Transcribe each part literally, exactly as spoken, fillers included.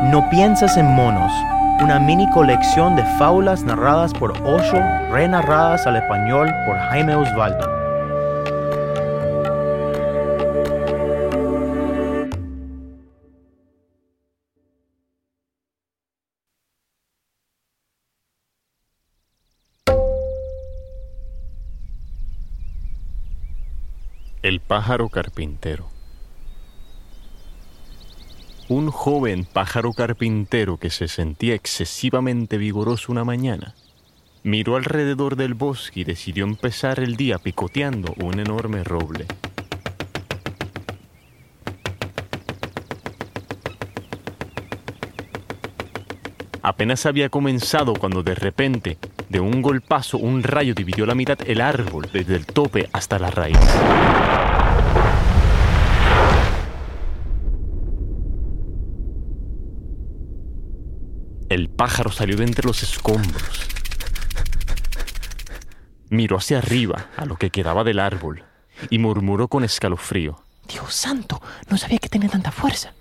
No piensas en monos, una mini colección de fábulas narradas por Osho, renarradas al español por Jaime Osvaldo. El pájaro carpintero. Un joven pájaro carpintero que se sentía excesivamente vigoroso una mañana, miró alrededor del bosque y decidió empezar el día picoteando un enorme roble. Apenas había comenzado cuando de repente, de un golpazo, un rayo dividió la mitad el árbol desde el tope hasta la raíz. El pájaro salió de entre los escombros. Miró hacia arriba, a lo que quedaba del árbol, y murmuró con escalofrío: Dios santo, no sabía que tenía tanta fuerza.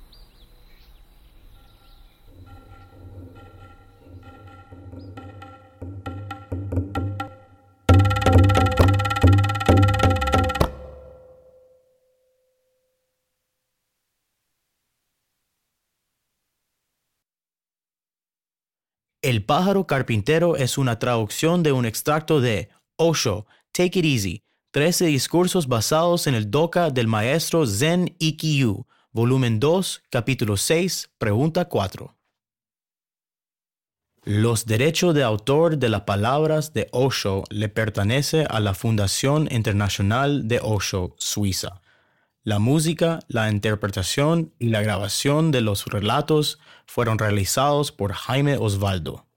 El pájaro carpintero es una traducción de un extracto de Osho, Take It Easy, trece discursos basados en el Doka del maestro Zen Ikkyu, volumen dos, capítulo seis, pregunta cuatro. Los derechos de autor de las palabras de Osho le pertenecen a la Fundación Internacional de Osho, Suiza. La música, la interpretación y la grabación de los relatos fueron realizados por Jaime Osvaldo.